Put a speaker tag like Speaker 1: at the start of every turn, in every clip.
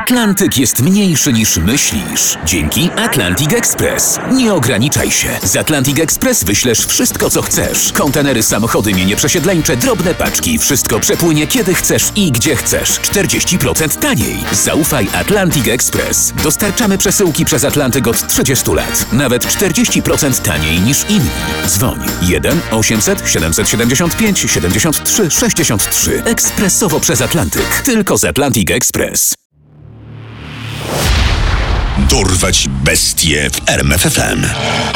Speaker 1: Atlantyk jest mniejszy niż myślisz. Dzięki Atlantic Express. Nie ograniczaj się. Z Atlantic Express wyślesz wszystko, co chcesz. Kontenery, samochody, mienie przesiedleńcze, drobne paczki. Wszystko przepłynie kiedy chcesz i gdzie chcesz. 40% taniej. Zaufaj Atlantic Express. Dostarczamy przesyłki przez Atlantyk od 30 lat. Nawet 40% taniej niż inni. Dzwoń 1 800 775 73 63. Ekspresowo przez Atlantyk. Tylko z Atlantic Express.
Speaker 2: Dorwać bestie w RMF FM.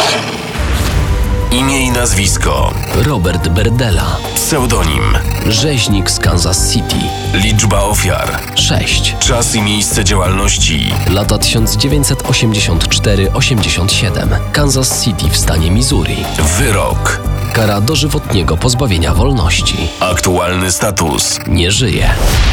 Speaker 3: Imię i nazwisko:
Speaker 4: Robert Berdela.
Speaker 3: pseudonim:
Speaker 4: Rzeźnik z Kansas City.
Speaker 3: liczba ofiar:
Speaker 4: 6.
Speaker 3: czas i miejsce działalności:
Speaker 4: Lata 1984-87. Kansas City w stanie Missouri.
Speaker 3: wyrok:
Speaker 4: Kara dożywotniego pozbawienia wolności.
Speaker 3: aktualny status:
Speaker 4: Nie żyje.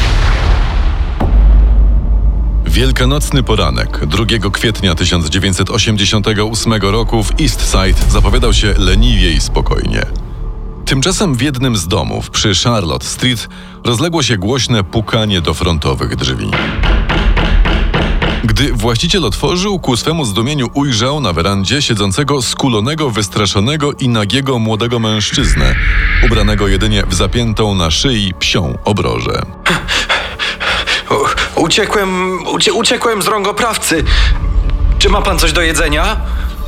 Speaker 5: Wielkanocny poranek 2 kwietnia 1988 roku w East Side zapowiadał się leniwie i spokojnie. Tymczasem w jednym z domów przy Charlotte Street rozległo się głośne pukanie do frontowych drzwi. Gdy właściciel otworzył, ku swemu zdumieniu ujrzał na werandzie siedzącego, skulonego, wystraszonego i nagiego młodego mężczyznę, ubranego jedynie w zapiętą na szyi psią obrożę.
Speaker 6: Uciekłem z rąk oprawcy. Czy ma pan coś do jedzenia?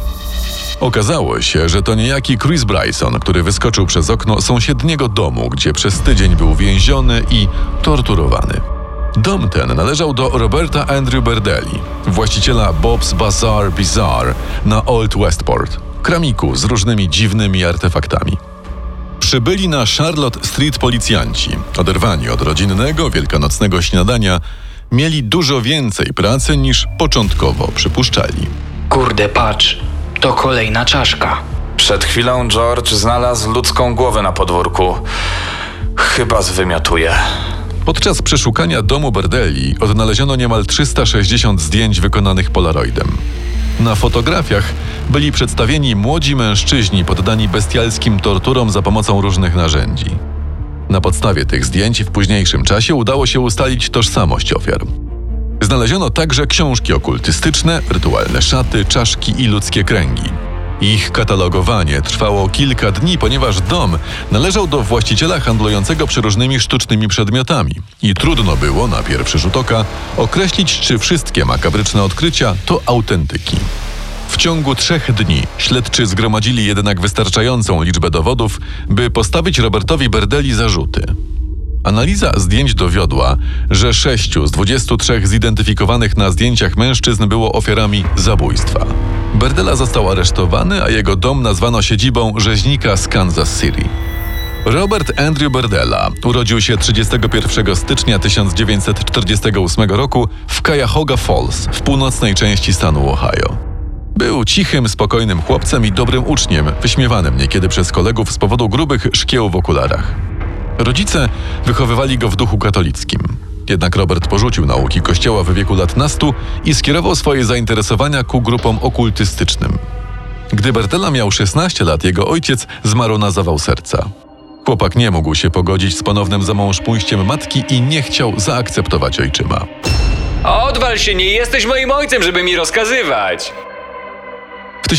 Speaker 5: Okazało się, że to niejaki Chris Bryson, który wyskoczył przez okno sąsiedniego domu, gdzie przez tydzień był więziony i torturowany. Dom ten należał do Roberta Andrew Berdeli, właściciela Bob's Bazaar na Old Westport, kramiku z różnymi dziwnymi artefaktami. Przybyli na Charlotte Street policjanci, oderwani od rodzinnego, wielkanocnego śniadania, mieli dużo więcej pracy niż początkowo przypuszczali.
Speaker 7: Kurde, patrz, to kolejna czaszka.
Speaker 6: Przed chwilą George znalazł ludzką głowę na podwórku. Chyba zwymiotuje.
Speaker 5: Podczas przeszukania domu Berdeli odnaleziono niemal 360 zdjęć wykonanych polaroidem. Na fotografiach byli przedstawieni młodzi mężczyźni poddani bestialskim torturom za pomocą różnych narzędzi. Na podstawie tych zdjęć w późniejszym czasie udało się ustalić tożsamość ofiar. Znaleziono także książki okultystyczne, rytualne szaty, czaszki i ludzkie kręgi. Ich katalogowanie trwało kilka dni, ponieważ dom należał do właściciela handlującego przeróżnymi sztucznymi przedmiotami i trudno było na pierwszy rzut oka określić, czy wszystkie makabryczne odkrycia to autentyki. W ciągu 3 dni śledczy zgromadzili jednak wystarczającą liczbę dowodów, by postawić Robertowi Berdeli zarzuty. Analiza zdjęć dowiodła, że 6 z 23 zidentyfikowanych na zdjęciach mężczyzn było ofiarami zabójstwa. Berdela został aresztowany, a jego dom nazwano siedzibą rzeźnika z Kansas City. Robert Andrew Berdela urodził się 31 stycznia 1948 roku w Cuyahoga Falls w północnej części stanu Ohio. Był cichym, spokojnym chłopcem i dobrym uczniem, wyśmiewanym niekiedy przez kolegów z powodu grubych szkieł w okularach. Rodzice wychowywali go w duchu katolickim. Jednak Robert porzucił nauki kościoła w wieku lat nastu i skierował swoje zainteresowania ku grupom okultystycznym. Gdy Berdela miał 16 lat, jego ojciec zmarł na zawał serca. Chłopak nie mógł się pogodzić z ponownym zamążpójściem matki i nie chciał zaakceptować ojczyma.
Speaker 8: Odwal się, nie jesteś moim ojcem, żeby mi rozkazywać.
Speaker 5: W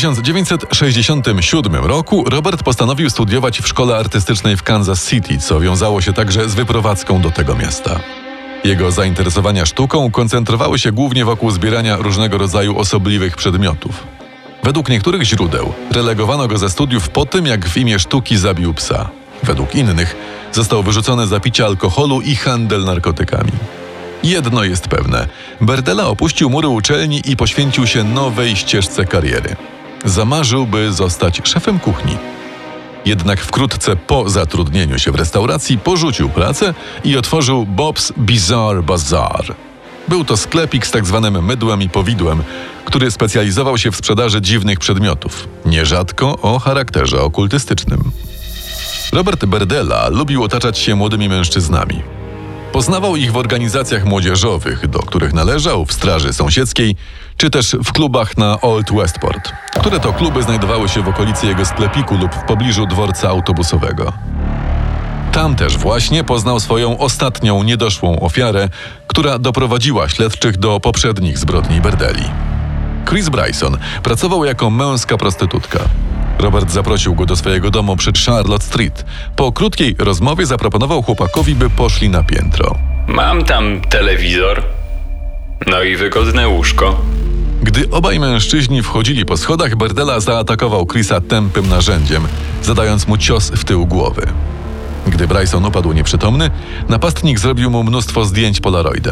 Speaker 5: 1967 roku Robert postanowił studiować w szkole artystycznej w Kansas City, co wiązało się także z wyprowadzką do tego miasta. Jego zainteresowania sztuką koncentrowały się głównie wokół zbierania różnego rodzaju osobliwych przedmiotów. Według niektórych źródeł relegowano go ze studiów po tym, jak w imię sztuki zabił psa. Według innych został wyrzucony za picie alkoholu i handel narkotykami. Jedno jest pewne. Berdela opuścił mury uczelni i poświęcił się nowej ścieżce kariery. Zamarzył, by zostać szefem kuchni. Jednak wkrótce po zatrudnieniu się w restauracji porzucił pracę i otworzył Bob's Bazaar. Był to sklepik z tak zwanym mydłem i powidłem, który specjalizował się w sprzedaży dziwnych przedmiotów, nierzadko o charakterze okultystycznym. Robert Berdela lubił otaczać się młodymi mężczyznami. Poznawał ich w organizacjach młodzieżowych, do których należał, w straży sąsiedzkiej, czy też w klubach na Old Westport, które to kluby znajdowały się w okolicy jego sklepiku lub w pobliżu dworca autobusowego. Tam też właśnie poznał swoją ostatnią niedoszłą ofiarę, która doprowadziła śledczych do poprzednich zbrodni Berdeli. Chris Bryson pracował jako męska prostytutka. Robert zaprosił go do swojego domu przy Charlotte Street. Po krótkiej rozmowie zaproponował chłopakowi, by poszli na piętro.
Speaker 8: Mam tam telewizor. No i wygodne łóżko.
Speaker 5: Gdy obaj mężczyźni wchodzili po schodach, Berdela zaatakował Chrisa tępym narzędziem, zadając mu cios w tył głowy. Gdy Bryson upadł nieprzytomny, napastnik zrobił mu mnóstwo zdjęć polaroidem.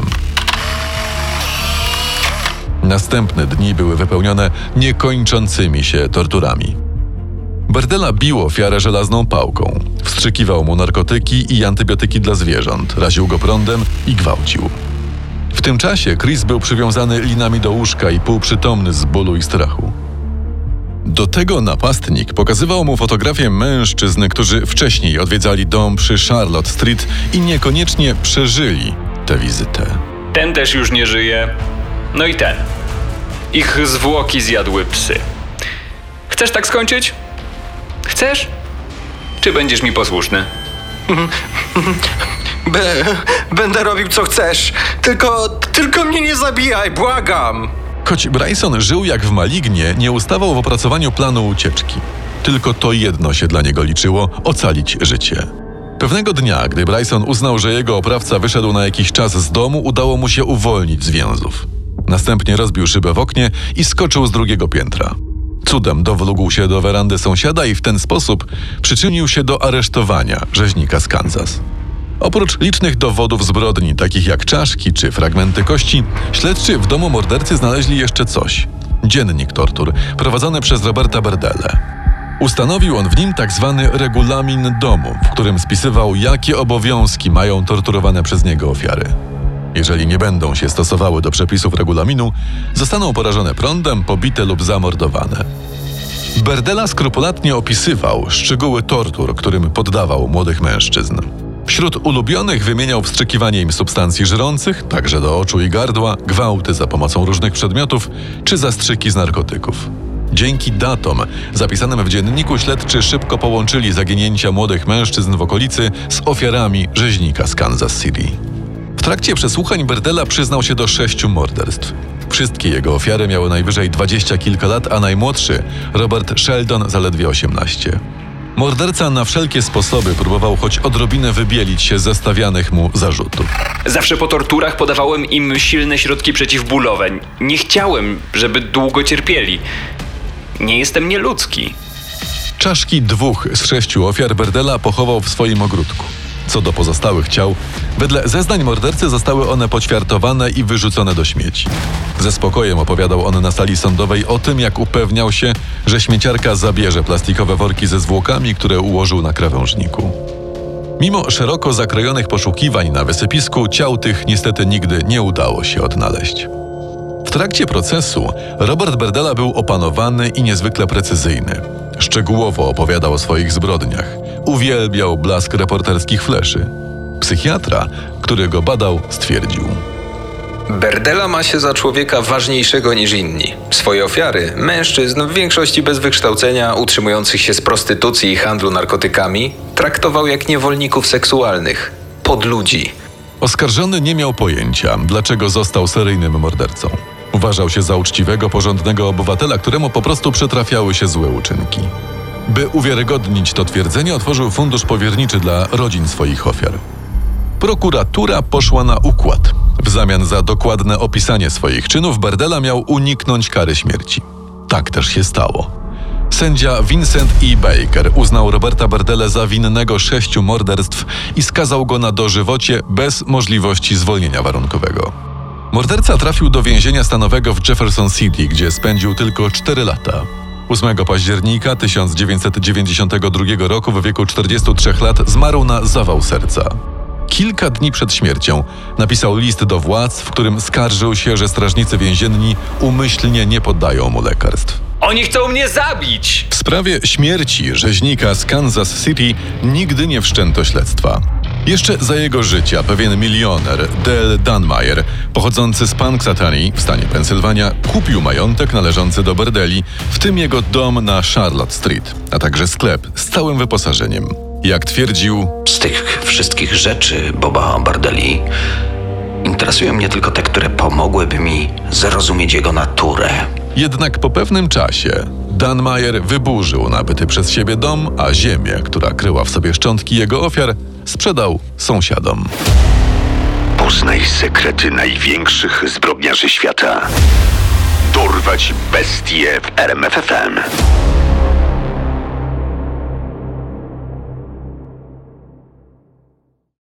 Speaker 5: Następne dni były wypełnione niekończącymi się torturami. Berdela bił ofiarę żelazną pałką, wstrzykiwał mu narkotyki i antybiotyki dla zwierząt, raził go prądem i gwałcił. W tym czasie Chris był przywiązany linami do łóżka i półprzytomny z bólu i strachu. Do tego napastnik pokazywał mu fotografię mężczyzn, którzy wcześniej odwiedzali dom przy Charlotte Street i niekoniecznie przeżyli tę wizytę.
Speaker 8: Ten też już nie żyje. No i ten. Ich zwłoki zjadły psy. Chcesz tak skończyć? Chcesz? Czy będziesz mi posłuszny?
Speaker 9: Będę robił co chcesz. Tylko mnie nie zabijaj, błagam.
Speaker 5: Choć Bryson żył jak w malignie, nie ustawał w opracowaniu planu ucieczki. Tylko to jedno się dla niego liczyło – ocalić życie. Pewnego dnia, gdy Bryson uznał, że jego oprawca wyszedł na jakiś czas z domu, udało mu się uwolnić z więzów. Następnie rozbił szybę w oknie i skoczył z drugiego piętra. Cudem dowlógł się do werandy sąsiada i w ten sposób przyczynił się do aresztowania rzeźnika z Kansas. Oprócz licznych dowodów zbrodni, takich jak czaszki czy fragmenty kości, śledczy w domu mordercy znaleźli jeszcze coś. Dziennik tortur, prowadzony przez Roberta Berdellę. Ustanowił on w nim tzw. regulamin domu, w którym spisywał, jakie obowiązki mają torturowane przez niego ofiary. Jeżeli nie będą się stosowały do przepisów regulaminu, zostaną porażone prądem, pobite lub zamordowane. Berdella skrupulatnie opisywał szczegóły tortur, którym poddawał młodych mężczyzn. Wśród ulubionych wymieniał wstrzykiwanie im substancji żrących, także do oczu i gardła, gwałty za pomocą różnych przedmiotów czy zastrzyki z narkotyków. Dzięki datom zapisanym w dzienniku śledczy szybko połączyli zaginięcia młodych mężczyzn w okolicy z ofiarami rzeźnika z Kansas City. W trakcie przesłuchań Berdella przyznał się do 6 morderstw. Wszystkie jego ofiary miały najwyżej 20 kilka lat, a najmłodszy, Robert Sheldon, zaledwie 18. Morderca na wszelkie sposoby próbował choć odrobinę wybielić się ze stawianych mu zarzutów.
Speaker 8: Zawsze po torturach podawałem im silne środki przeciwbólowe. Nie chciałem, żeby długo cierpieli. Nie jestem nieludzki.
Speaker 5: Czaszki 2 z 6 ofiar Berdella pochował w swoim ogródku. Co do pozostałych ciał, wedle zeznań mordercy zostały one poćwiartowane i wyrzucone do śmieci. Ze spokojem opowiadał on na sali sądowej o tym, jak upewniał się, że śmieciarka zabierze plastikowe worki ze zwłokami, które ułożył na krawężniku. Mimo szeroko zakrojonych poszukiwań na wysypisku, ciał tych niestety nigdy nie udało się odnaleźć. W trakcie procesu Robert Berdella był opanowany i niezwykle precyzyjny. Szczegółowo opowiadał o swoich zbrodniach. Uwielbiał blask reporterskich fleszy. Psychiatra, który go badał, stwierdził:
Speaker 10: Berdella ma się za człowieka ważniejszego niż inni. Swoje ofiary, mężczyzn w większości bez wykształcenia, utrzymujących się z prostytucji i handlu narkotykami, traktował jak niewolników seksualnych, podludzi.
Speaker 5: Oskarżony nie miał pojęcia, dlaczego został seryjnym mordercą. Uważał się za uczciwego, porządnego obywatela, któremu po prostu przytrafiały się złe uczynki. By uwiarygodnić to twierdzenie, otworzył fundusz powierniczy dla rodzin swoich ofiar. Prokuratura poszła na układ. W zamian za dokładne opisanie swoich czynów Berdella miał uniknąć kary śmierci. Tak też się stało. Sędzia Vincent E. Baker uznał Roberta Berdellę za winnego 6 morderstw i skazał go na dożywocie bez możliwości zwolnienia warunkowego. Morderca trafił do więzienia stanowego w Jefferson City, gdzie spędził tylko 4 lata. 8 października 1992 roku w wieku 43 lat zmarł na zawał serca. Kilka dni przed śmiercią napisał list do władz, w którym skarżył się, że strażnicy więzienni umyślnie nie poddają mu lekarstw.
Speaker 8: Oni chcą mnie zabić!
Speaker 5: W sprawie śmierci rzeźnika z Kansas City nigdy nie wszczęto śledztwa. Jeszcze za jego życia pewien milioner, Dale Dunmeyer, pochodzący z Punxsutawney w stanie Pensylwania, kupił majątek należący do Berdelli, w tym jego dom na Charlotte Street, a także sklep z całym wyposażeniem. Jak twierdził,
Speaker 11: Z tych wszystkich rzeczy Boba Bardelli interesują mnie tylko te, które pomogłyby mi zrozumieć jego naturę.
Speaker 5: jednak po pewnym czasie Dan Mayer wyburzył nabyty przez siebie dom, a ziemię, która kryła w sobie szczątki jego ofiar, sprzedał sąsiadom.
Speaker 2: Poznaj sekrety największych zbrodniarzy świata. Dorwać bestie w RMF FM.